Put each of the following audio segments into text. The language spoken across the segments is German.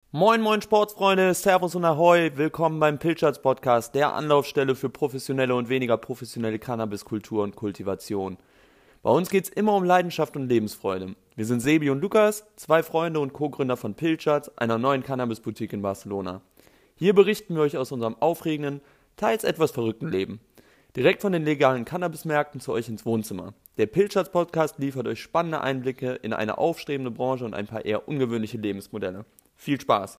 Moin moin Sportsfreunde, Servus und Ahoi, willkommen beim Pilchards Podcast, der Anlaufstelle für professionelle und weniger professionelle Cannabiskultur und Kultivation. Bei uns geht's immer um Leidenschaft und Lebensfreude. Wir sind Sebi und Lukas, zwei Freunde und Co-Gründer von Pilchards, einer neuen Cannabis-Boutique in Barcelona. Hier berichten wir euch aus unserem aufregenden, teils etwas verrückten Leben. Direkt von den legalen Cannabismärkten zu euch ins Wohnzimmer. Der Pilchards Podcast liefert euch spannende Einblicke in eine aufstrebende Branche und ein paar eher ungewöhnliche Lebensmodelle. Viel Spaß!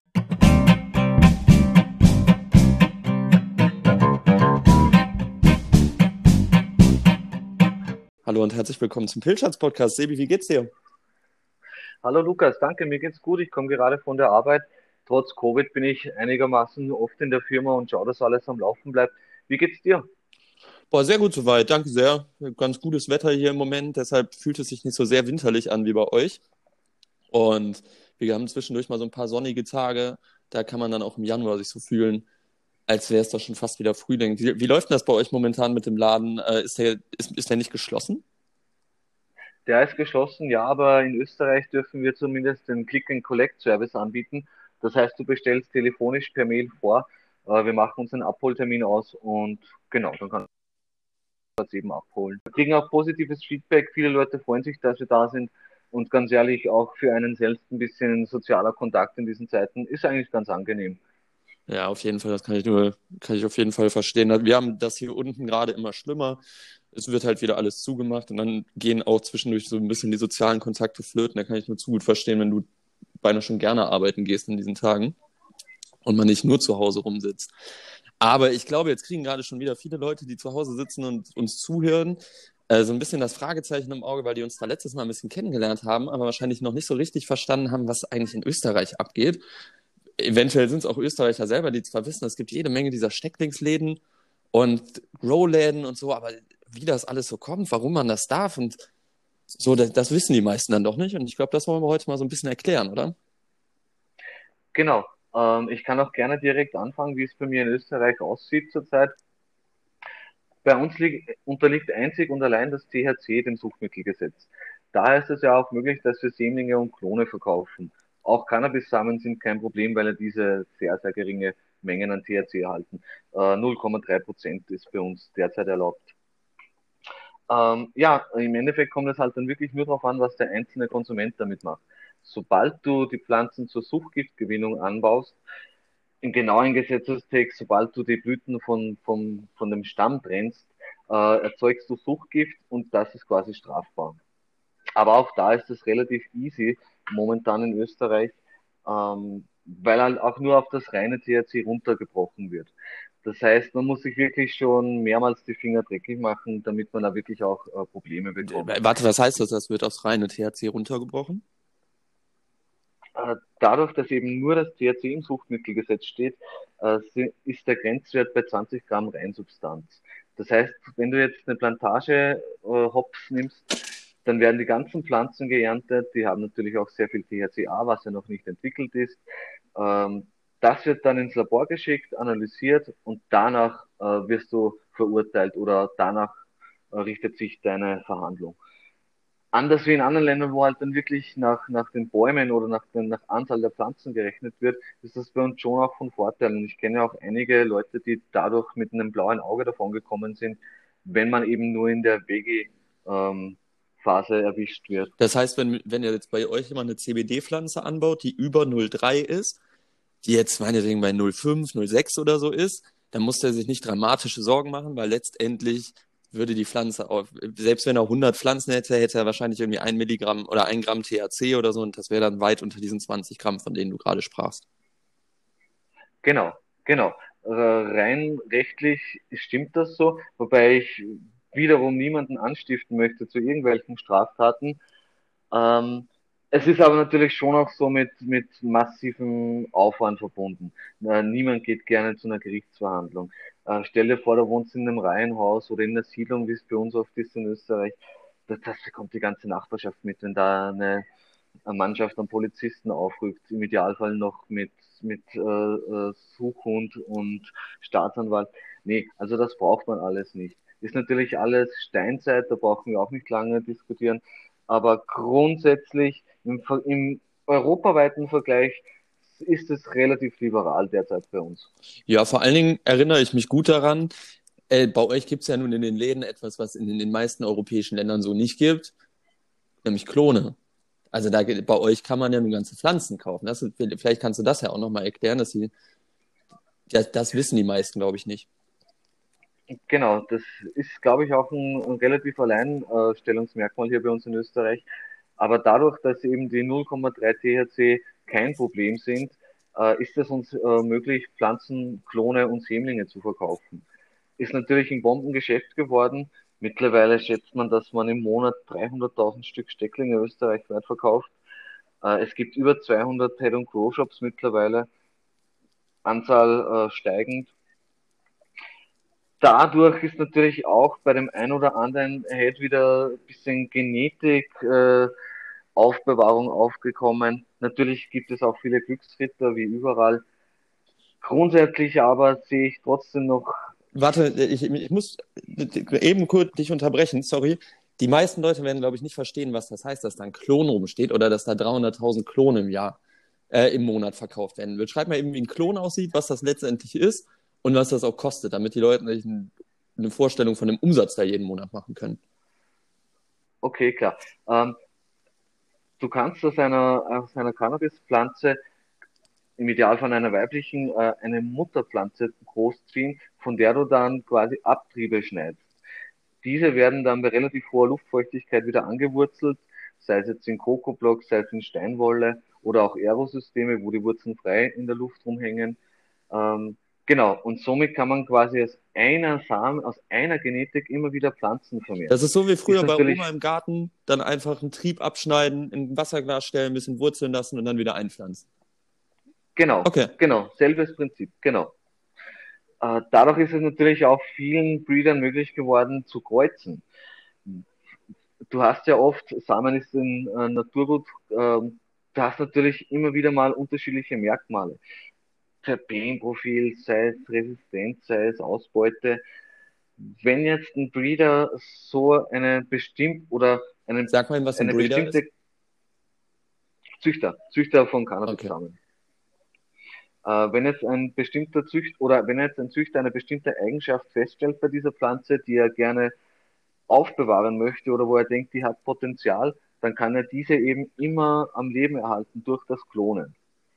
Hallo und herzlich willkommen zum Pilchards Podcast. Sebi, wie geht's dir? Hallo Lukas, danke, mir geht's gut. Ich komme gerade von der Arbeit. Trotz Covid bin ich einigermaßen oft in der Firma und schaue, dass alles am Laufen bleibt. Wie geht's dir? Boah, sehr gut soweit. Danke sehr. Ganz gutes Wetter hier im Moment, deshalb fühlt es sich nicht so sehr winterlich an wie bei euch. Und wir haben zwischendurch mal so ein paar sonnige Tage. Da kann man dann auch im Januar sich so fühlen, als wäre es doch schon fast wieder Frühling. Wie läuft denn das bei euch momentan mit dem Laden? Ist der nicht geschlossen? Der ist geschlossen, ja, aber in Österreich dürfen wir zumindest den Click-and-Collect-Service anbieten. Das heißt, du bestellst telefonisch per Mail vor, wir machen uns einen Abholtermin aus und genau, dann kannst du es eben abholen. Wir kriegen auch positives Feedback. Viele Leute freuen sich, dass wir da sind. Und ganz ehrlich, auch für einen selbst ein bisschen sozialer Kontakt in diesen Zeiten ist eigentlich ganz angenehm. Ja, auf jeden Fall, kann ich auf jeden Fall verstehen. Wir haben das hier unten gerade immer schlimmer. Es wird halt wieder alles zugemacht und dann gehen auch zwischendurch so ein bisschen die sozialen Kontakte flöten. Da kann ich nur zu gut verstehen, wenn du beinahe schon gerne arbeiten gehst in diesen Tagen und man nicht nur zu Hause rumsitzt. Aber ich glaube, jetzt kriegen gerade schon wieder viele Leute, die zu Hause sitzen und uns zuhören, so ein bisschen das Fragezeichen im Auge, weil die uns da letztes Mal ein bisschen kennengelernt haben, aber wahrscheinlich noch nicht so richtig verstanden haben, was eigentlich in Österreich abgeht. Eventuell sind es auch Österreicher selber, die zwar wissen, es gibt jede Menge dieser Stecklingsläden und Grow-Läden und so, aber wie das alles so kommt, warum man das darf und so, das wissen die meisten dann doch nicht. Und ich glaube, das wollen wir heute mal so ein bisschen erklären, oder? Genau. Ich kann auch gerne direkt anfangen, wie es bei mir in Österreich aussieht zurzeit. Bei uns unterliegt einzig und allein das THC dem Suchtmittelgesetz. Daher ist es ja auch möglich, dass wir Sämlinge und Klone verkaufen. Auch Cannabissamen sind kein Problem, weil er diese sehr, sehr geringe Mengen an THC erhalten. 0,3% ist bei uns derzeit erlaubt. Ja, im Endeffekt kommt es halt dann wirklich nur darauf an, was der einzelne Konsument damit macht. Sobald du die Pflanzen zur Suchtgiftgewinnung anbaust, im genauen Gesetzestext, sobald du die Blüten von dem Stamm trennst, erzeugst du Suchtgift und das ist quasi strafbar. Aber auch da ist es relativ easy momentan in Österreich, weil halt auch nur auf das reine THC runtergebrochen wird. Das heißt, man muss sich wirklich schon mehrmals die Finger dreckig machen, damit man da wirklich auch Probleme bekommt. Warte, was heißt das? Das wird aufs reine THC runtergebrochen? Dadurch, dass eben nur das THC im Suchtmittelgesetz steht, ist der Grenzwert bei 20 Gramm Reinsubstanz. Das heißt, wenn du jetzt eine Plantage Hops nimmst, dann werden die ganzen Pflanzen geerntet, die haben natürlich auch sehr viel THCA, was ja noch nicht entwickelt ist. Ähm, Das wird dann ins Labor geschickt, analysiert und danach wirst du verurteilt oder danach richtet sich deine Verhandlung. Anders wie in anderen Ländern, wo halt dann wirklich nach den Bäumen oder nach Anzahl der Pflanzen gerechnet wird, ist das bei uns schon auch von Vorteil. Und ich kenne auch einige Leute, die dadurch mit einem blauen Auge davon gekommen sind, wenn man eben nur in der Phase erwischt wird. Das heißt, wenn ihr jetzt bei euch jemand eine CBD-Pflanze anbaut, die über 0,3 ist, die jetzt meinetwegen bei 0,5, 0,6 oder so ist, dann muss der sich nicht dramatische Sorgen machen, weil letztendlich würde die Pflanze, selbst wenn er 100 Pflanzen hätte, hätte er wahrscheinlich irgendwie 1 Milligramm oder 1 Gramm THC oder so und das wäre dann weit unter diesen 20 Gramm, von denen du gerade sprachst. Genau, genau. Rein rechtlich stimmt das so, wobei ich wiederum niemanden anstiften möchte zu irgendwelchen Straftaten. Ähm, Es ist aber natürlich schon auch so mit massivem Aufwand verbunden. Niemand geht gerne zu einer Gerichtsverhandlung. Stell dir vor, du wohnst in einem Reihenhaus oder in einer Siedlung, wie es bei uns oft ist in Österreich. Das bekommt die ganze Nachbarschaft mit, wenn da eine Mannschaft an Polizisten aufrückt, im Idealfall noch mit Suchhund und Staatsanwalt. Nee, also das braucht man alles nicht. Ist natürlich alles Steinzeit, da brauchen wir auch nicht lange diskutieren. Aber grundsätzlich im europaweiten Vergleich ist es relativ liberal derzeit bei uns. Ja, vor allen Dingen erinnere ich mich gut daran, bei euch gibt es ja nun in den Läden etwas, was in den meisten europäischen Ländern so nicht gibt, nämlich Klone. Also bei euch kann man ja nur ganze Pflanzen kaufen. Vielleicht kannst du das ja auch nochmal erklären, das wissen die meisten, glaube ich, nicht. Genau, das ist, glaube ich, auch ein relativ Alleinstellungsmerkmal hier bei uns in Österreich. Aber dadurch, dass eben die 0,3 THC kein Problem sind, ist es uns möglich, Pflanzen, Klone und Sämlinge zu verkaufen. Ist natürlich ein Bombengeschäft geworden. Mittlerweile schätzt man, dass man im Monat 300.000 Stück Stecklinge österreichweit verkauft. Es gibt über 200 Head and Grow Shops mittlerweile, Anzahl steigend. Dadurch ist natürlich auch bei dem ein oder anderen Head wieder ein bisschen Genetik, Aufbewahrung aufgekommen. Natürlich gibt es auch viele Glücksritter, wie überall. Grundsätzlich aber sehe ich trotzdem noch. Warte, ich muss eben kurz dich unterbrechen, sorry. Die meisten Leute werden, glaube ich, nicht verstehen, was das heißt, dass da ein Klon rumsteht oder dass da 300.000 Klone im Monat verkauft werden. Beschreib mal eben, wie ein Klon aussieht, was das letztendlich ist und was das auch kostet, damit die Leute sich eine Vorstellung von dem Umsatz da jeden Monat machen können. Okay, klar. Du kannst aus einer Cannabispflanze, im Idealfall einer weiblichen, eine Mutterpflanze großziehen, von der du dann quasi Abtriebe schneidest. Diese werden dann bei relativ hoher Luftfeuchtigkeit wieder angewurzelt, sei es jetzt in Kokoblock, sei es in Steinwolle oder auch Aerosysteme, wo die Wurzeln frei in der Luft rumhängen. Genau, und somit kann man quasi aus einer Samen, aus einer Genetik immer wieder Pflanzen vermehren. Das ist so wie Ist früher bei natürlich, Oma im Garten, dann einfach einen Trieb abschneiden, in ein Wasserglas stellen, ein bisschen wurzeln lassen und dann wieder einpflanzen. genau, Okay. genau, selbes Prinzip, genau. Dadurch ist es natürlich auch vielen Breedern möglich geworden zu kreuzen. Du hast ja oft, Samen ist in Naturgut, du hast natürlich immer wieder mal unterschiedliche Merkmale. Terpenprofil, sei es Resistenz, sei es Ausbeute. Wenn jetzt ein Breeder so eine Sag mal, was ein eine Breeder ist. bestimmte Züchter von Okay. Cannabis-Samen. Wenn jetzt ein bestimmter wenn jetzt ein Züchter eine bestimmte Eigenschaft feststellt bei dieser Pflanze, die er gerne aufbewahren möchte oder wo er denkt, die hat Potenzial, dann kann er diese eben immer am Leben erhalten durch das Klonen.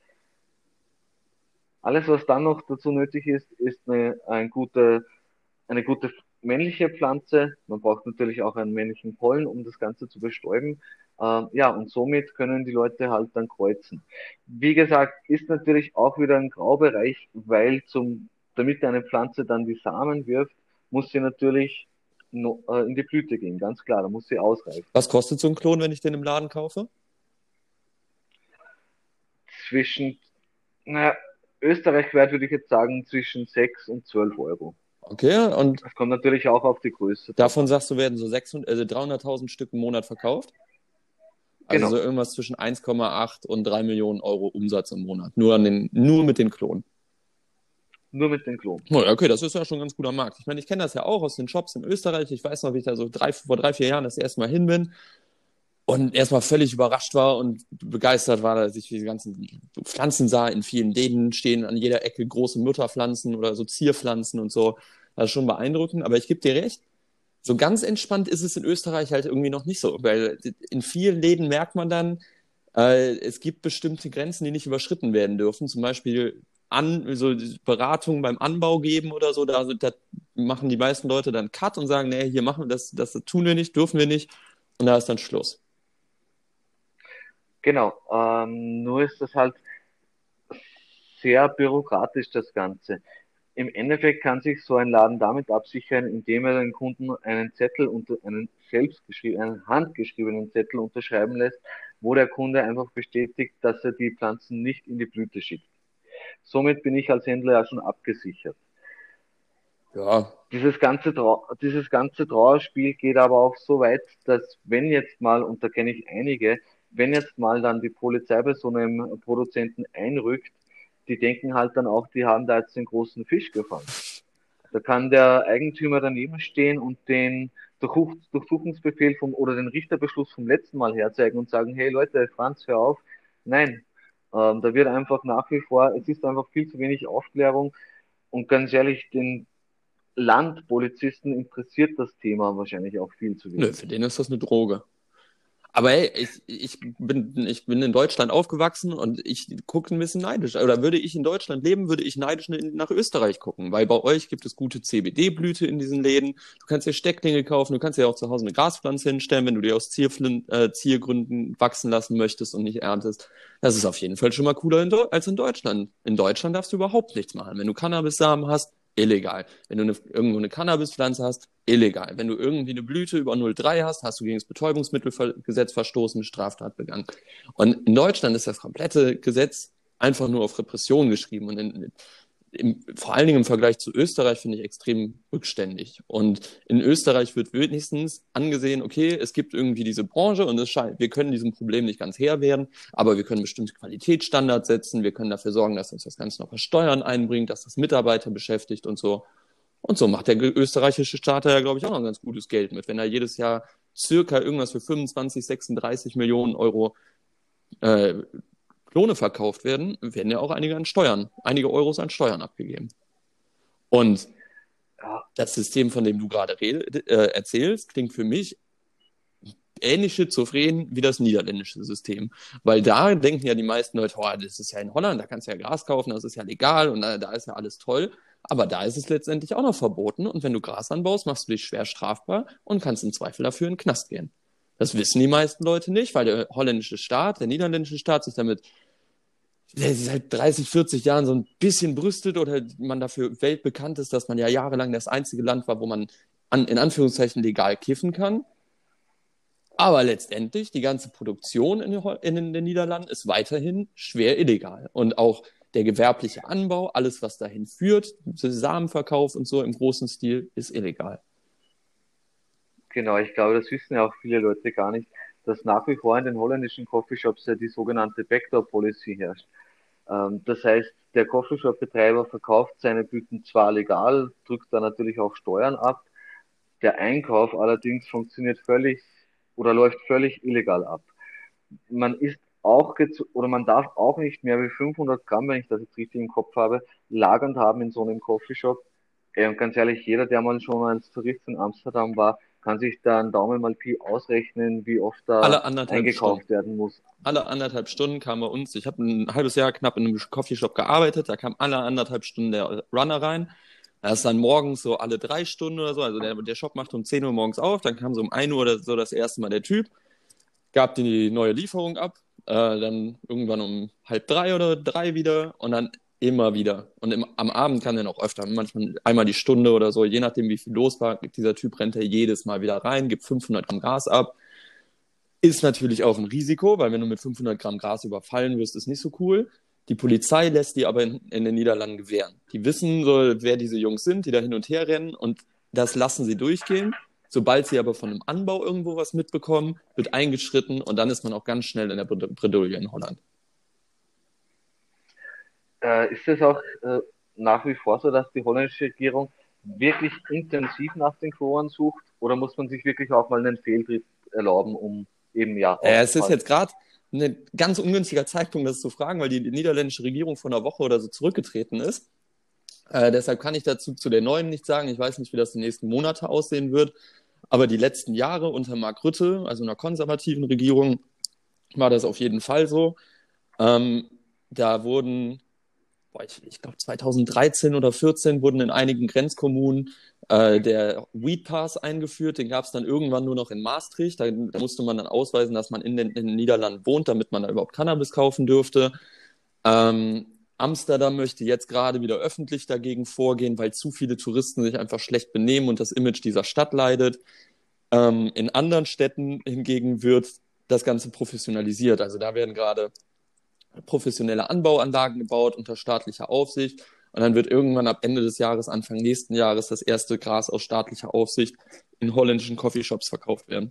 Alles, was dann noch dazu nötig ist, ist eine gute männliche Pflanze. Man braucht natürlich auch einen männlichen Pollen, um das Ganze zu bestäuben. Ja, und somit können die Leute halt dann kreuzen. Wie gesagt, ist natürlich auch wieder ein Graubereich, weil damit eine Pflanze dann die Samen wirft, muss sie natürlich in die Blüte gehen, ganz klar, da muss sie ausreifen. Was kostet so ein Klon, wenn ich den im Laden kaufe? Zwischen, naja, österreichweit würde ich jetzt sagen, zwischen 6 und 12 Euro. Okay, und Es kommt natürlich auch auf die Größe drauf davon an. sagst du, werden so 300.000 Stück im Monat verkauft? Also so Genau, irgendwas zwischen 1,8 und 3 Millionen Euro Umsatz im Monat. Nur mit den Klonen. nur mit den Klonen. Oh, ja, okay, das ist ja schon ein ganz guter Markt. Ich meine, ich kenne das ja auch aus den Shops in Österreich. Ich weiß noch, wie ich da so vor 3, 4 Jahren das erste Mal hin bin und erstmal völlig überrascht war und begeistert war, dass ich diese ganzen Pflanzen sah. In vielen Läden stehen an jeder Ecke große Mutterpflanzen oder so Zierpflanzen und so. Das ist schon beeindruckend. Aber ich gebe dir recht, so ganz entspannt ist es in Österreich halt irgendwie noch nicht so, weil in vielen Läden merkt man dann, es gibt bestimmte Grenzen, die nicht überschritten werden dürfen. Zum Beispiel so Beratung beim Anbau geben oder so. Da machen die meisten Leute dann Cut und sagen, nee, hier machen wir das tun wir nicht, dürfen wir nicht. Und da ist dann Schluss. Genau, nur ist das halt sehr bürokratisch, das Ganze. Im Endeffekt kann sich so ein Laden damit absichern, indem er den Kunden einen handgeschriebenen Zettel unterschreiben lässt, wo der Kunde einfach bestätigt, dass er die Pflanzen nicht in die Blüte schickt. Somit bin ich als Händler ja schon abgesichert. Ja, Dieses ganze Trauerspiel geht aber auch so weit, dass wenn jetzt mal, und da kenne ich einige, wenn jetzt mal dann die Polizei bei so einem Produzenten einrückt, die denken halt dann auch, die haben da jetzt den großen Fisch gefangen. Da kann der Eigentümer daneben stehen und den oder den Richterbeschluss vom letzten Mal herzeigen und sagen, hey Leute, Franz, hör auf. Nein, Da wird einfach nach wie vor, es ist einfach viel zu wenig Aufklärung und ganz ehrlich, den Landpolizisten interessiert das Thema wahrscheinlich auch viel zu Nö, wenig. für den ist das eine Droge. Aber hey, ich bin in Deutschland aufgewachsen und ich gucke ein bisschen neidisch. Oder würde ich in Deutschland leben, würde ich neidisch nach Österreich gucken, weil bei euch gibt es gute CBD-Blüte in diesen Läden. Du kannst dir Stecklinge kaufen, du kannst dir auch zu Hause eine Gaspflanze hinstellen, wenn du die aus Ziergründen wachsen lassen möchtest und nicht erntest. Das ist auf jeden Fall schon mal cooler als in Deutschland. In Deutschland darfst du überhaupt nichts machen. Wenn du Cannabis-Samen hast, illegal. Wenn du irgendwo eine Cannabispflanze hast, illegal. Wenn du irgendwie eine Blüte über 0,3 hast, hast du gegen das Betäubungsmittelgesetz verstoßen, eine Straftat begangen. Und in Deutschland ist das komplette Gesetz einfach nur auf Repression geschrieben. Und vor allen Dingen im Vergleich zu Österreich finde ich extrem rückständig. Und in Österreich wird wenigstens angesehen, okay, es gibt irgendwie diese Branche und wir können diesem Problem nicht ganz Herr werden, aber wir können bestimmte Qualitätsstandards setzen, wir können dafür sorgen, dass uns das Ganze noch was Steuern einbringt, dass das Mitarbeiter beschäftigt und so. Und so macht der österreichische Staat ja, glaube ich, auch noch ein ganz gutes Geld mit. Wenn da jedes Jahr circa irgendwas für 25, 36 Millionen Euro Klone verkauft werden, werden ja auch einige Euros an Steuern abgegeben. Und das System, von dem du gerade erzählst, klingt für mich ähnlich schizophren wie das niederländische System. Weil da denken ja die meisten Leute, oh, das ist ja in Holland, da kannst du ja Gras kaufen, das ist ja legal und da ist ja alles toll. Aber da ist es letztendlich auch noch verboten. Und wenn du Gras anbaust, machst du dich schwer strafbar und kannst im Zweifel dafür in den Knast gehen. Das wissen die meisten Leute nicht, weil der holländische Staat, der niederländische Staat sich damit seit 30, 40 Jahren so ein bisschen brüstet oder man dafür weltbekannt ist, dass man ja jahrelang das einzige Land war, wo man in Anführungszeichen legal kiffen kann. Aber letztendlich, die ganze Produktion in den Niederlanden ist weiterhin schwer illegal. Und auch der gewerbliche Anbau, alles, was dahin führt, Samenverkauf und so im großen Stil, ist illegal. Genau, ich glaube, das wissen ja auch viele Leute gar nicht, dass nach wie vor in den holländischen Coffeeshops ja die sogenannte Backdoor Policy herrscht. Das heißt, der Coffeeshop-Betreiber verkauft seine Blüten zwar legal, drückt da natürlich auch Steuern ab, der Einkauf allerdings funktioniert völlig oder läuft völlig illegal ab. Man ist auch oder man darf auch nicht mehr wie 500 Gramm, wenn ich das jetzt richtig im Kopf habe, lagernd haben in so einem Coffeeshop. Und ganz ehrlich, jeder, der mal schon als Tourist in Amsterdam war, kann sich da einen Daumen mal Pi ausrechnen, wie oft da Alle anderthalb eingekauft Stunden. werden muss. Alle 1,5 Stunden kam bei uns, ich habe ein halbes Jahr knapp in einem Coffeeshop gearbeitet, da kam alle 1,5 Stunden der Runner rein. Das ist dann morgens so alle 3 Stunden oder so, also der Shop macht um 10 Uhr morgens auf, dann kam so um 1 Uhr oder so das erste Mal der Typ, gab die neue Lieferung ab, dann irgendwann um 2:30 oder 3 wieder und dann immer wieder. Und am Abend kann er noch öfter, manchmal einmal die Stunde oder so, je nachdem wie viel los war, dieser Typ rennt er jedes Mal wieder rein, gibt 500 Gramm Gras ab. Ist natürlich auch ein Risiko, weil wenn du mit 500 Gramm Gras überfallen wirst, ist nicht so cool. Die Polizei lässt die aber in den Niederlanden gewähren. Die wissen so, wer diese Jungs sind, die da hin und her rennen und das lassen sie durchgehen. Sobald sie aber von einem Anbau irgendwo was mitbekommen, wird eingeschritten und dann ist man auch ganz schnell in der Bredouille in Holland. Ist es auch nach wie vor so, dass die holländische Regierung wirklich intensiv nach den Quoren sucht oder muss man sich wirklich auch mal einen Fehltritt erlauben, um eben ja Es ist jetzt gerade ein ganz ungünstiger Zeitpunkt, das zu fragen, weil die niederländische Regierung vor einer Woche oder so zurückgetreten ist. Deshalb kann ich dazu zu der neuen nichts sagen. Ich weiß nicht, wie das die nächsten Monate aussehen wird. Aber die letzten Jahre unter Mark Rutte, also einer konservativen Regierung, war das auf jeden Fall so. Da wurden, ich glaube 2013 oder 2014 wurden in einigen Grenzkommunen der Weed Pass eingeführt. Den gab es dann irgendwann nur noch in Maastricht. Da musste man dann ausweisen, dass man in den Niederlanden wohnt, damit man da überhaupt Cannabis kaufen dürfte. Amsterdam möchte jetzt gerade wieder öffentlich dagegen vorgehen, weil zu viele Touristen sich einfach schlecht benehmen und das Image dieser Stadt leidet. In anderen Städten hingegen wird das Ganze professionalisiert. Also da werden gerade professionelle Anbauanlagen gebaut unter staatlicher Aufsicht. Und dann wird irgendwann ab Ende des Jahres, Anfang nächsten Jahres, das erste Gras aus staatlicher Aufsicht in holländischen Coffeeshops verkauft werden.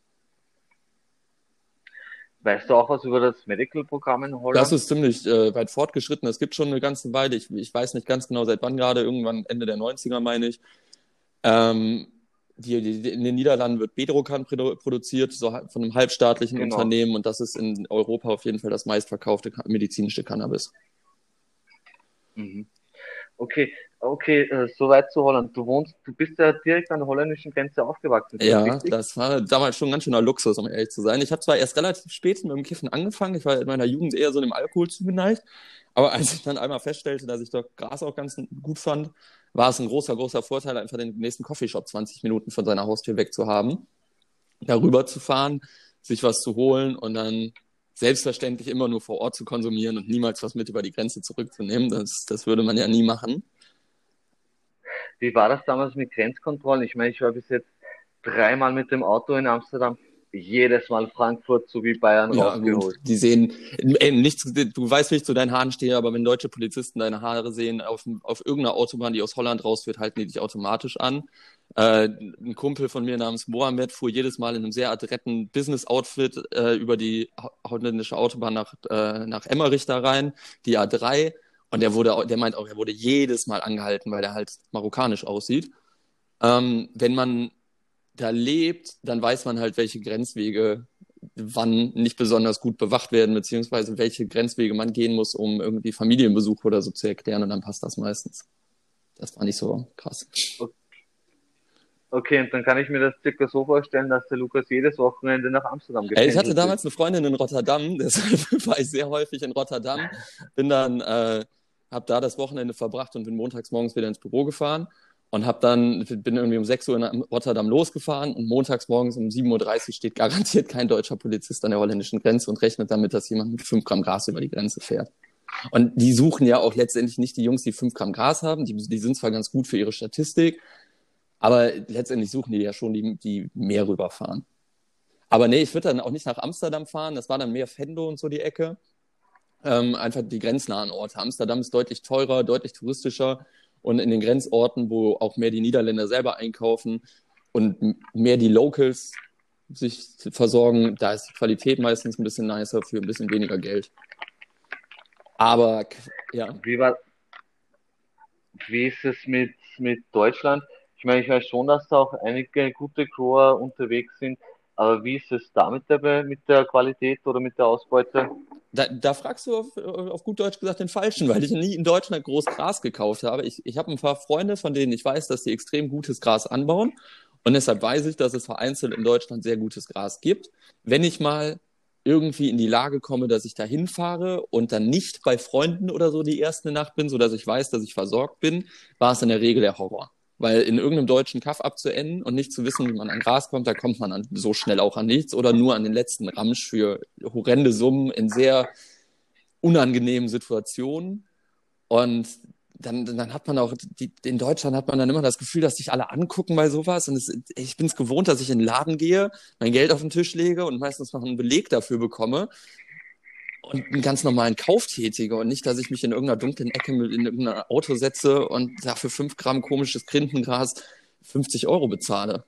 Weißt du auch was über das Medical-Programm in Holland? Das ist ziemlich weit fortgeschritten. Es gibt schon eine ganze Weile. Ich weiß nicht ganz genau, seit wann gerade. Irgendwann Ende der 90er, meine ich. In den Niederlanden wird Bedrocan produziert, so von einem halbstaatlichen Genau. Unternehmen, und das ist in Europa auf jeden Fall das meistverkaufte medizinische Cannabis. Mhm. Okay, soweit zu Holland. Du bist ja direkt an der holländischen Grenze aufgewachsen, ist das Ja, richtig? das war damals schon ein ganz schöner Luxus, um ehrlich zu sein. Ich habe zwar erst relativ spät mit dem Kiffen angefangen, ich war in meiner Jugend eher so dem Alkohol zugeneigt, aber als ich dann einmal feststellte, dass ich dort Gras auch ganz gut fand, war es ein großer, großer Vorteil, einfach den nächsten Coffeeshop 20 Minuten von seiner Haustür weg zu haben, darüber zu fahren, sich was zu holen und dann selbstverständlich immer nur vor Ort zu konsumieren und niemals was mit über die Grenze zurückzunehmen. Das würde man ja nie machen. Wie war das damals mit Grenzkontrollen? Ich meine, ich war bis jetzt 3-mal mit dem Auto in Amsterdam, jedes Mal Frankfurt sowie Bayern Ja, gut, rausgeholt. die sehen nichts, du weißt, wie ich zu deinen Haaren stehe, aber wenn deutsche Polizisten deine Haare sehen auf irgendeiner Autobahn, die aus Holland rausführt, halten die dich automatisch an. Ein Kumpel von mir namens Mohammed fuhr jedes Mal in einem sehr adretten Business-Outfit über die holländische Autobahn nach Emmerich da rein, die A3, und der meint auch, er wurde jedes Mal angehalten, weil der halt marokkanisch aussieht. Wenn man da lebt, dann weiß man halt, welche Grenzwege wann nicht besonders gut bewacht werden, beziehungsweise welche Grenzwege man gehen muss, um irgendwie Familienbesuche oder so zu erklären, und dann passt das meistens. Das war nicht so krass. Okay, und dann kann ich mir das circa so vorstellen, dass der Lukas jedes Wochenende nach Amsterdam Ich hatte gependelt ist. damals eine Freundin in Rotterdam, deshalb war ich sehr häufig in Rotterdam, habe da das Wochenende verbracht und bin montags morgens wieder ins Büro gefahren und bin irgendwie um 6 Uhr in Rotterdam losgefahren, und montags morgens um 7:30 Uhr steht garantiert kein deutscher Polizist an der holländischen Grenze und rechnet damit, dass jemand mit 5 Gramm Gras über die Grenze fährt. Und die suchen ja auch letztendlich nicht die Jungs, die 5 Gramm Gras haben, die sind zwar ganz gut für ihre Statistik, aber letztendlich suchen die ja schon die mehr rüberfahren. Aber nee, ich würde dann auch nicht nach Amsterdam fahren. Das war dann mehr Venlo und so die Ecke. Einfach die grenznahen Orte. Amsterdam ist deutlich teurer, deutlich touristischer. Und in den Grenzorten, wo auch mehr die Niederländer selber einkaufen und mehr die Locals sich versorgen, da ist die Qualität meistens ein bisschen nicer für ein bisschen weniger Geld. Aber ja. Wie war, Wie ist es mit Deutschland? Ich meine, ich weiß schon, dass da auch einige gute Grower unterwegs sind, aber wie ist es damit dabei mit der Qualität oder mit der Ausbeute? Da fragst du auf gut Deutsch gesagt den Falschen, weil ich nie in Deutschland groß Gras gekauft habe. Ich habe ein paar Freunde, von denen ich weiß, dass die extrem gutes Gras anbauen. Und deshalb weiß ich, dass es vereinzelt in Deutschland sehr gutes Gras gibt. Wenn ich mal irgendwie in die Lage komme, dass ich da hinfahre und dann nicht bei Freunden oder so die erste Nacht bin, sodass ich weiß, dass ich versorgt bin, war es in der Regel der Horror. Weil in irgendeinem deutschen Kaff abzuenden und nicht zu wissen, wie man an Gras kommt, da kommt man so schnell auch an nichts oder nur an den letzten Ramsch für horrende Summen in sehr unangenehmen Situationen. Und dann hat man auch, in Deutschland hat man dann immer das Gefühl, dass sich alle angucken bei sowas. Und ich bin es gewohnt, dass ich in den Laden gehe, mein Geld auf den Tisch lege und meistens noch einen Beleg dafür bekomme und einen ganz normalen Kauf tätige und nicht, dass ich mich in irgendeiner dunklen Ecke in irgendein Auto setze und dafür 5 Gramm komisches Grindengras 50 € bezahle.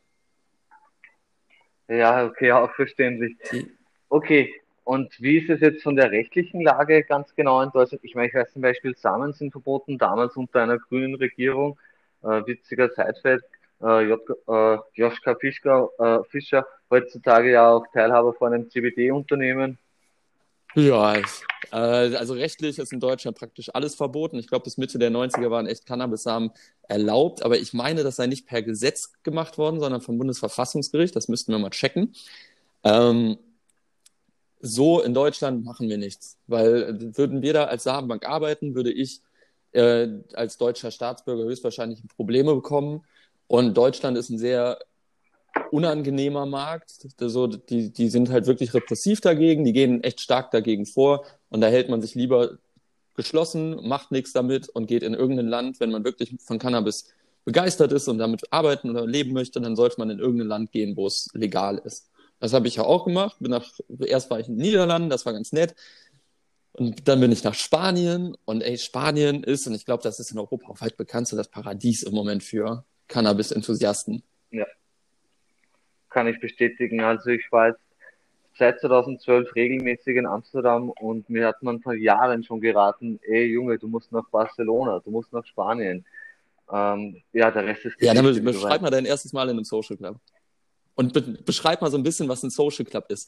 Ja, okay, auch verständlich. Die, Okay, und wie ist es jetzt von der rechtlichen Lage ganz genau in Deutschland? Ich meine, ich weiß zum Beispiel, Samen sind verboten, damals unter einer grünen Regierung. Witziger Sidefact, Joschka Fischer, heutzutage ja auch Teilhaber von einem CBD-Unternehmen. Ja, also rechtlich ist in Deutschland praktisch alles verboten. Ich glaube, bis Mitte der 90er waren echt Cannabis-Samen erlaubt, aber ich meine, das sei nicht per Gesetz gemacht worden, sondern vom Bundesverfassungsgericht. Das müssten wir mal checken. Ähm, so in Deutschland machen wir nichts, weil würden wir da als Samenbank arbeiten, würde ich als deutscher Staatsbürger höchstwahrscheinlich Probleme bekommen. Und Deutschland ist ein sehr unangenehmer Markt. Also die sind halt wirklich repressiv dagegen, die gehen echt stark dagegen vor, und da hält man sich lieber geschlossen, macht nichts damit und geht in irgendein Land, wenn man wirklich von Cannabis begeistert ist und damit arbeiten oder leben möchte, dann sollte man in irgendein Land gehen, wo es legal ist. Das habe ich ja auch gemacht. Erst war ich in den Niederlanden, das war ganz nett. Und dann bin ich nach Spanien, und Spanien ist, und ich glaube, das ist in Europa auch weit bekannt, so das Paradies im Moment für Cannabis-Enthusiasten. Ja, kann ich bestätigen. Also ich war jetzt seit 2012 regelmäßig in Amsterdam und mir hat man vor Jahren schon geraten, ey Junge, du musst nach Barcelona, du musst nach Spanien. Ja, der Rest ist Ja, dann Geschichte, wie du beschreib weißt. mal dein erstes Mal in einem Social Club. Und beschreib mal so ein bisschen, was ein Social Club ist.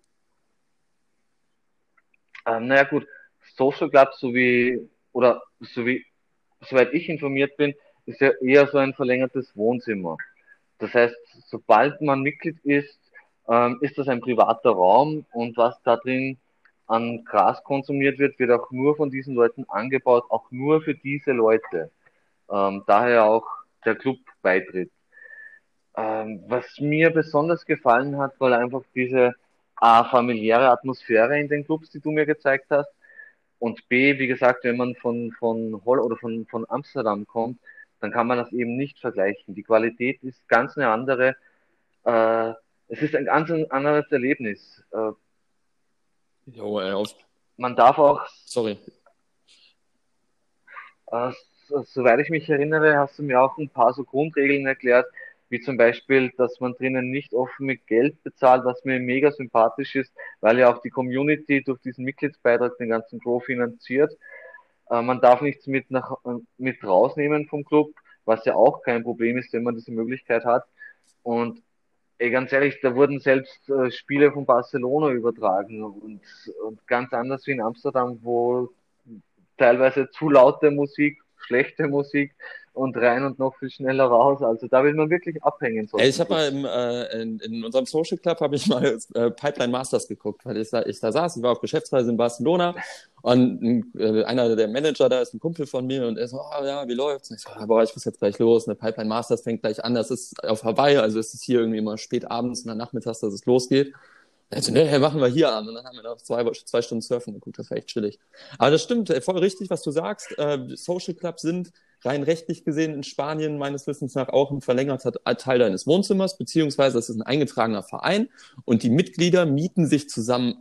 Naja gut, Social Club, soweit ich informiert bin, ist ja eher so ein verlängertes Wohnzimmer. Das heißt, sobald man Mitglied ist das ein privater Raum und was da drin an Gras konsumiert wird, wird auch nur von diesen Leuten angebaut, auch nur für diese Leute. Daher auch der Clubbeitritt. Was mir besonders gefallen hat, war einfach diese familiäre Atmosphäre in den Clubs, die du mir gezeigt hast. Und B, wie gesagt, wenn man von Holl oder von Amsterdam kommt, dann kann man das eben nicht vergleichen. Die Qualität ist ganz eine andere. Äh, Es ist ein ganz anderes Erlebnis. Jo, Man darf auch, sorry. äh, soweit ich mich erinnere, hast du mir auch ein paar so Grundregeln erklärt, wie zum Beispiel, dass man drinnen nicht offen mit Geld bezahlt, was mir mega sympathisch ist, weil ja auch die Community durch diesen Mitgliedsbeitrag den ganzen Grow finanziert. Man darf nichts mit rausnehmen vom Club, was ja auch kein Problem ist, wenn man diese Möglichkeit hat. Und ganz ehrlich, da wurden selbst Spiele von Barcelona übertragen und ganz anders wie in Amsterdam, wo teilweise zu laute Musik, schlechte Musik und rein und noch viel schneller raus. Also da will man wirklich abhängen in Ey, solchen ich habe mal Clubs. in unserem Social Club habe ich mal Pipeline Masters geguckt, weil ich da saß, ich war auf Geschäftsreise in Barcelona und einer der Manager da ist ein Kumpel von mir und er so, oh, ja, wie läuft's? Und ich so, boah, ich muss jetzt gleich los, eine Pipeline Masters fängt gleich an, das ist auf Hawaii, also es ist hier irgendwie immer spät abends und dann nachmittags, dass es losgeht. Also, ne, machen wir hier an. Und dann haben wir noch zwei Stunden Surfen geguckt. Das war echt chillig. Aber das stimmt, voll richtig, was du sagst. Social Clubs sind rein rechtlich gesehen in Spanien meines Wissens nach auch ein verlängerter Teil deines Wohnzimmers, beziehungsweise es ist ein eingetragener Verein und die Mitglieder mieten sich zusammen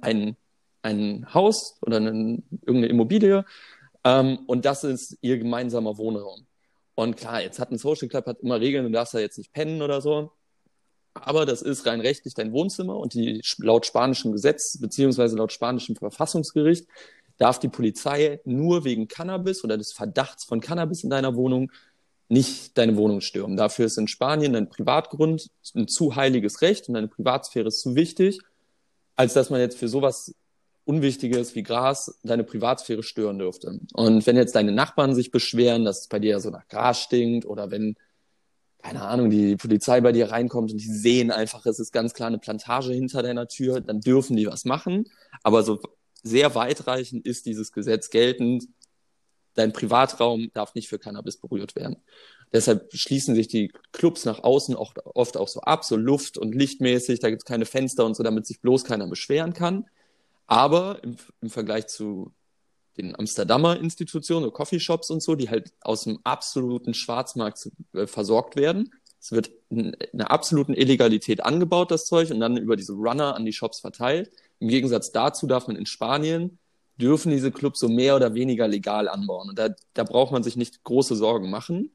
ein Haus oder irgendeine Immobilie und das ist ihr gemeinsamer Wohnraum. Und klar, jetzt hat ein Social Club hat immer Regeln, du darfst da jetzt nicht pennen oder so. Aber das ist rein rechtlich dein Wohnzimmer und laut spanischem Gesetz beziehungsweise laut spanischem Verfassungsgericht darf die Polizei nur wegen Cannabis oder des Verdachts von Cannabis in deiner Wohnung nicht deine Wohnung stürmen. Dafür ist in Spanien dein Privatgrund ein zu heiliges Recht und deine Privatsphäre ist zu wichtig, als dass man jetzt für sowas Unwichtiges wie Gras deine Privatsphäre stören dürfte. Und wenn jetzt deine Nachbarn sich beschweren, dass es bei dir so nach Gras stinkt oder wenn keine Ahnung, die Polizei bei dir reinkommt und die sehen einfach, es ist ganz klar eine Plantage hinter deiner Tür, dann dürfen die was machen. Aber so sehr weitreichend ist dieses Gesetz geltend. Dein Privatraum darf nicht für Cannabis berührt werden. Deshalb schließen sich die Clubs nach außen auch oft auch so ab, so luft- und lichtmäßig. Da gibt es keine Fenster und so, damit sich bloß keiner beschweren kann. Aber im Vergleich zu den Amsterdamer Institutionen, so Coffeeshops und so, die halt aus dem absoluten Schwarzmarkt versorgt werden. Es wird in einer absoluten Illegalität angebaut, das Zeug, und dann über diese Runner an die Shops verteilt. Im Gegensatz dazu darf man in Spanien, dürfen diese Clubs so mehr oder weniger legal anbauen. Und da braucht man sich nicht große Sorgen machen.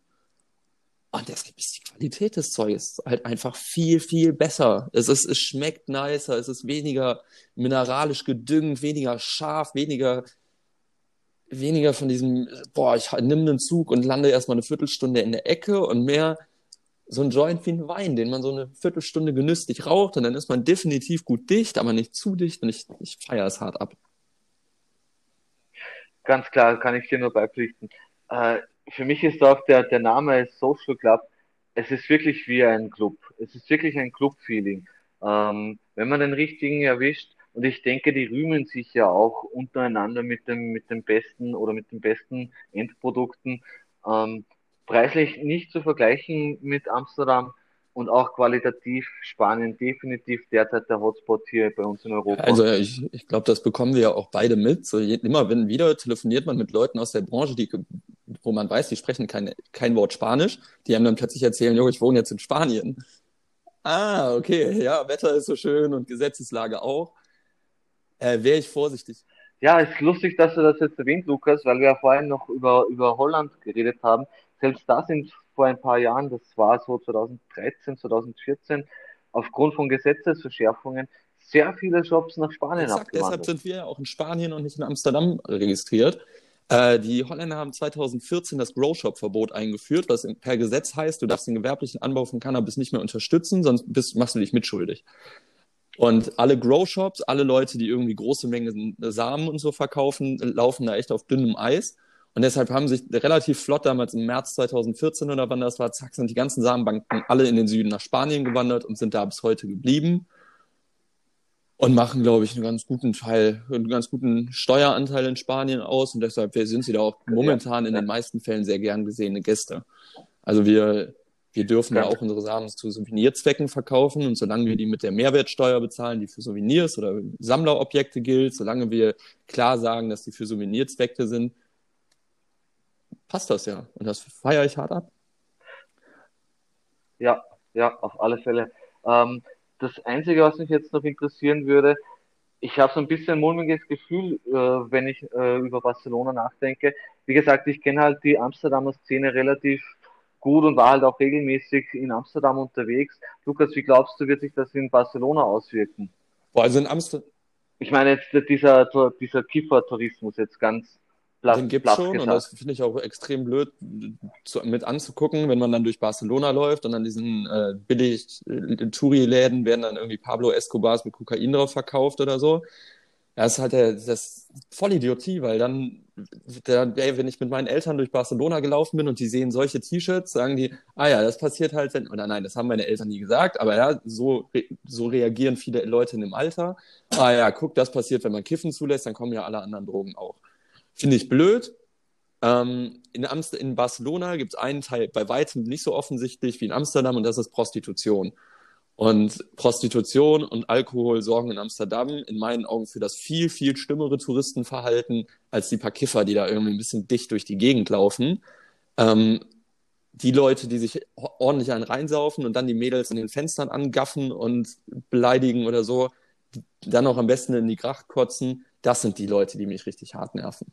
Und deshalb ist die Qualität des Zeuges halt einfach viel, viel besser. Es schmeckt nicer, es ist weniger mineralisch gedüngt, weniger scharf, weniger von diesem, boah, ich nehme einen Zug und lande erstmal eine Viertelstunde in der Ecke und mehr so ein Joint wie ein Wein, den man so eine Viertelstunde genüsslich raucht und dann ist man definitiv gut dicht, aber nicht zu dicht und ich feiere es hart ab. Ganz klar, kann ich dir nur beipflichten. Äh, für mich ist auch der Name Social Club, es ist wirklich wie ein Club. Es ist wirklich ein Club-Feeling. Wenn man den richtigen erwischt, und ich denke, die rühmen sich ja auch untereinander mit dem besten oder mit den besten Endprodukten. Ähm, preislich nicht zu vergleichen mit Amsterdam und auch qualitativ Spanien definitiv derzeit der Hotspot hier bei uns in Ja, Europa. also ich glaube, das bekommen wir ja auch beide mit. So immer wenn wieder telefoniert man mit Leuten aus der Branche, wo man weiß, die sprechen kein Wort Spanisch, die einem dann plötzlich erzählen, jo, ich wohne jetzt in Spanien. Ah, okay, ja, Wetter ist so schön und Gesetzeslage auch. Wäre ich vorsichtig. Ja, ist lustig, dass du das jetzt erwähnt, Lukas, weil wir ja vorhin noch über Holland geredet haben. Selbst da sind vor ein paar Jahren, das war so 2013, 2014, aufgrund von Gesetzesverschärfungen sehr viele Shops nach Spanien Exakt, deshalb abgewandert. sind wir ja auch in Spanien und nicht in Amsterdam registriert. Die Holländer haben 2014 das Grow-Shop-Verbot eingeführt, was per Gesetz heißt, du darfst den gewerblichen Anbau von Cannabis nicht mehr unterstützen, sonst machst du dich mitschuldig. Und alle Grow-Shops, alle Leute, die irgendwie große Mengen Samen und so verkaufen, laufen da echt auf dünnem Eis. Und deshalb haben sich relativ flott damals im März 2014 oder wann das war, zack, sind die ganzen Samenbanken alle in den Süden nach Spanien gewandert und sind da bis heute geblieben. Und machen, glaube ich, einen ganz guten Steueranteil in Spanien aus. Und deshalb sind sie da auch momentan in den meisten Fällen sehr gern gesehene Gäste. Also wir dürfen da auch unsere Samen zu Souvenirzwecken verkaufen. Und solange wir die mit der Mehrwertsteuer bezahlen, die für Souvenirs oder Sammlerobjekte gilt, solange wir klar sagen, dass die für Souvenirzwecke sind, passt das ja. Und das feiere ich hart ab. Ja, auf alle Fälle. Das Einzige, was mich jetzt noch interessieren würde, ich habe so ein bisschen ein mulmiges Gefühl, wenn ich über Barcelona nachdenke. Wie gesagt, ich kenne halt die Amsterdamer Szene relativ gut und war halt auch regelmäßig in Amsterdam unterwegs. Lukas, wie glaubst du, wird sich das in Barcelona auswirken? Also in Amsterdam. Ich meine jetzt dieser Kiffer-Tourismus jetzt ganz Den gibt's platt schon gesagt. Und das finde ich auch extrem blöd mit anzugucken, wenn man dann durch Barcelona läuft und an diesen billig Touri-Läden werden dann irgendwie Pablo Escobars mit Kokain drauf verkauft oder so. Das ist halt das Vollidiotie, weil dann, wenn ich mit meinen Eltern durch Barcelona gelaufen bin und die sehen solche T-Shirts, sagen die, ja, das passiert halt, oder nein, das haben meine Eltern nie gesagt, aber ja, so reagieren viele Leute in dem Alter. Ja, guck, das passiert, wenn man Kiffen zulässt, dann kommen ja alle anderen Drogen auch. Finde ich blöd. In Barcelona gibt es einen Teil bei weitem nicht so offensichtlich wie in Amsterdam und das ist Prostitution. Und Prostitution und Alkohol sorgen in Amsterdam in meinen Augen für das viel, viel schlimmere Touristenverhalten als die paar Kiffer, die da irgendwie ein bisschen dicht durch die Gegend laufen. Die Leute, die sich ordentlich einen reinsaufen und dann die Mädels in den Fenstern angaffen und beleidigen oder so, dann auch am besten in die Gracht kotzen, das sind die Leute, die mich richtig hart nerven.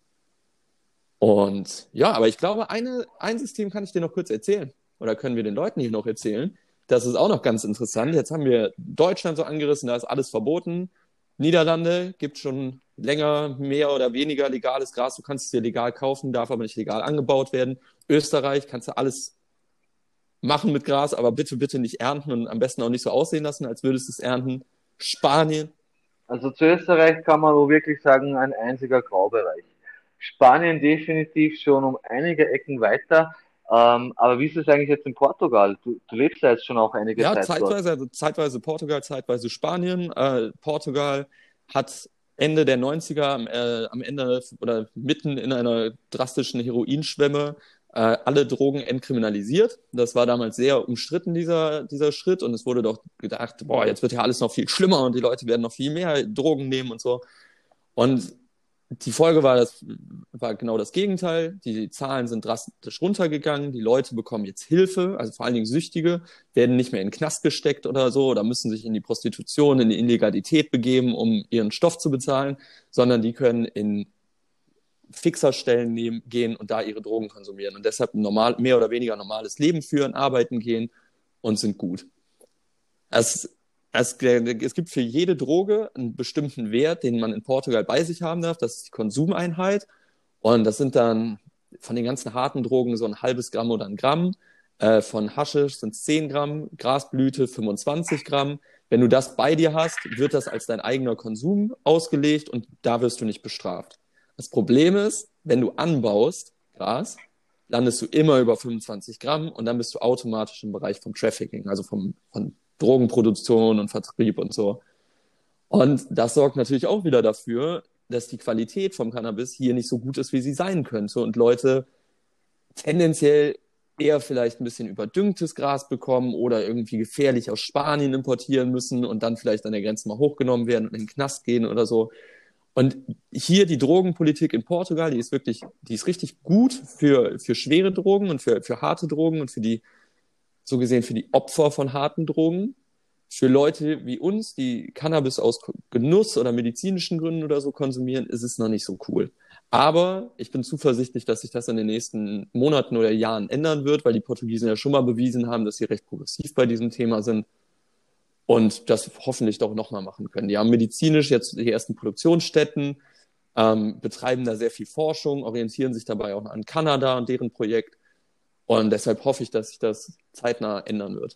Und ja, aber ich glaube, ein System kann ich dir noch kurz erzählen. Oder können wir den Leuten hier noch erzählen. Das ist auch noch ganz interessant. Jetzt haben wir Deutschland so angerissen, da ist alles verboten. Niederlande gibt schon länger mehr oder weniger legales Gras. Du kannst es dir legal kaufen, darf aber nicht legal angebaut werden. Österreich kannst du alles machen mit Gras, aber bitte, bitte nicht ernten und am besten auch nicht so aussehen lassen, als würdest du es ernten. Spanien. Also zu Österreich kann man wohl wirklich sagen, ein einziger Graubereich. Spanien definitiv schon um einige Ecken weiter. Aber wie ist es eigentlich jetzt in Portugal? Du lebst ja jetzt schon auch einige Zeit zeitweise, dort. also zeitweise Portugal, zeitweise Spanien. Portugal hat Ende der 90er, am Ende oder mitten in einer drastischen Heroinschwemme alle Drogen entkriminalisiert. Das war damals sehr umstritten, dieser Schritt. Und es wurde doch gedacht, jetzt wird ja alles noch viel schlimmer und die Leute werden noch viel mehr Drogen nehmen und so. Und die Folge war genau das Gegenteil. Die Zahlen sind drastisch runtergegangen. Die Leute bekommen jetzt Hilfe, also vor allen Dingen Süchtige, werden nicht mehr in den Knast gesteckt oder so oder müssen sich in die Prostitution, in die Illegalität begeben, um ihren Stoff zu bezahlen, sondern die können in Fixerstellen gehen und da ihre Drogen konsumieren und deshalb ein mehr oder weniger normales Leben führen, arbeiten gehen und sind gut. Es gibt für jede Droge einen bestimmten Wert, den man in Portugal bei sich haben darf. Das ist die Konsumeinheit. Und das sind dann von den ganzen harten Drogen so ein halbes Gramm oder ein Gramm. Von Haschisch sind es 10 Gramm, Grasblüte 25 Gramm. Wenn du das bei dir hast, wird das als dein eigener Konsum ausgelegt und da wirst du nicht bestraft. Das Problem ist, wenn du anbaust, Gras, landest du immer über 25 Gramm und dann bist du automatisch im Bereich vom Trafficking, also von Drogenproduktion und Vertrieb und so. Und das sorgt natürlich auch wieder dafür, dass die Qualität vom Cannabis hier nicht so gut ist, wie sie sein könnte und Leute tendenziell eher vielleicht ein bisschen überdüngtes Gras bekommen oder irgendwie gefährlich aus Spanien importieren müssen und dann vielleicht an der Grenze mal hochgenommen werden und in den Knast gehen oder so. Und hier die Drogenpolitik in Portugal, die ist richtig gut für schwere Drogen und für harte Drogen und so gesehen für die Opfer von harten Drogen. Für Leute wie uns, die Cannabis aus Genuss oder medizinischen Gründen oder so konsumieren, ist es noch nicht so cool. Aber ich bin zuversichtlich, dass sich das in den nächsten Monaten oder Jahren ändern wird, weil die Portugiesen ja schon mal bewiesen haben, dass sie recht progressiv bei diesem Thema sind und das hoffentlich doch nochmal machen können. Die haben medizinisch jetzt die ersten Produktionsstätten. betreiben da sehr viel Forschung, orientieren sich dabei auch an Kanada und deren Projekt. Und deshalb hoffe ich, dass sich das zeitnah ändern wird.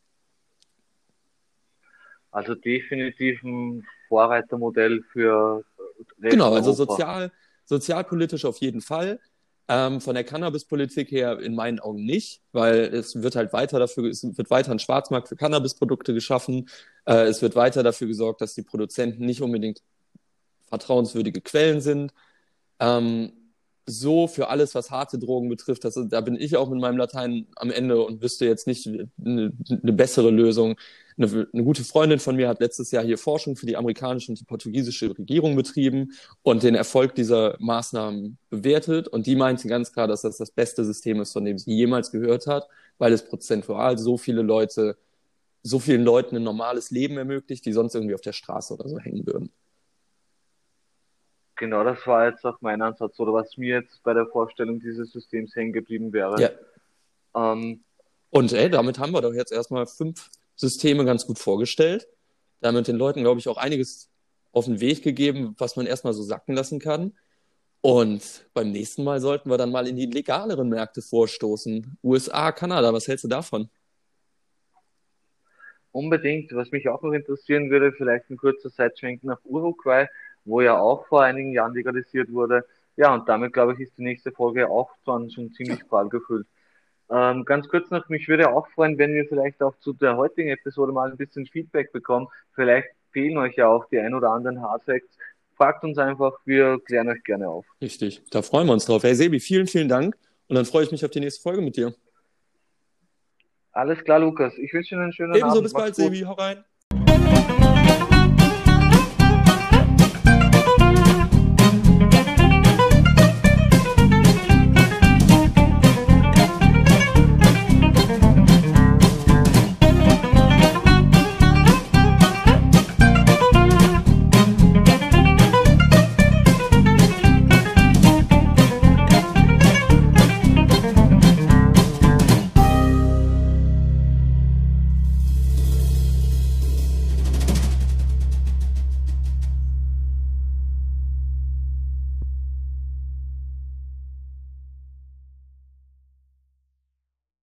Also definitiv ein Vorreitermodell für Genau, also Resteuropa. sozialpolitisch auf jeden Fall. Von der Cannabispolitik her in meinen Augen nicht, weil es wird halt es wird weiter ein Schwarzmarkt für Cannabisprodukte geschaffen. Es wird weiter dafür gesorgt, dass die Produzenten nicht unbedingt vertrauenswürdige Quellen sind. Ähm, so für alles, was harte Drogen betrifft, da bin ich auch mit meinem Latein am Ende und wüsste jetzt nicht eine bessere Lösung. Eine gute Freundin von mir hat letztes Jahr hier Forschung für die amerikanische und die portugiesische Regierung betrieben und den Erfolg dieser Maßnahmen bewertet. Und die meinte ganz klar, dass das das beste System ist, von dem sie jemals gehört hat, weil es prozentual so vielen Leuten ein normales Leben ermöglicht, die sonst irgendwie auf der Straße oder so hängen würden. Genau, das war jetzt auch mein Ansatz oder was mir jetzt bei der Vorstellung dieses Systems hängen geblieben wäre. Ja, Ähm, und damit haben wir doch jetzt erstmal 5 Systeme ganz gut vorgestellt. Damit den Leuten, glaube ich, auch einiges auf den Weg gegeben, was man erstmal so sacken lassen kann. Und beim nächsten Mal sollten wir dann mal in die legaleren Märkte vorstoßen. USA, Kanada, was hältst du davon? Unbedingt, was mich auch noch interessieren würde, vielleicht ein kurzer Seitschwenk nach Uruguay, wo ja auch vor einigen Jahren legalisiert wurde. Ja, und damit, glaube ich, ist die nächste Folge auch dann schon ziemlich prall gefüllt. Ganz kurz noch, mich würde auch freuen, wenn wir vielleicht auch zu der heutigen Episode mal ein bisschen Feedback bekommen. Vielleicht fehlen euch ja auch die ein oder anderen Hardfacts. Fragt uns einfach, wir klären euch gerne auf. Richtig, da freuen wir uns drauf. Hey Sebi, vielen, vielen Dank. Und dann freue ich mich auf die nächste Folge mit dir. Alles klar, Lukas. Ich wünsche dir einen schönen Ebenso, Abend. bis Mach's bald, gut. Sebi. Hau rein.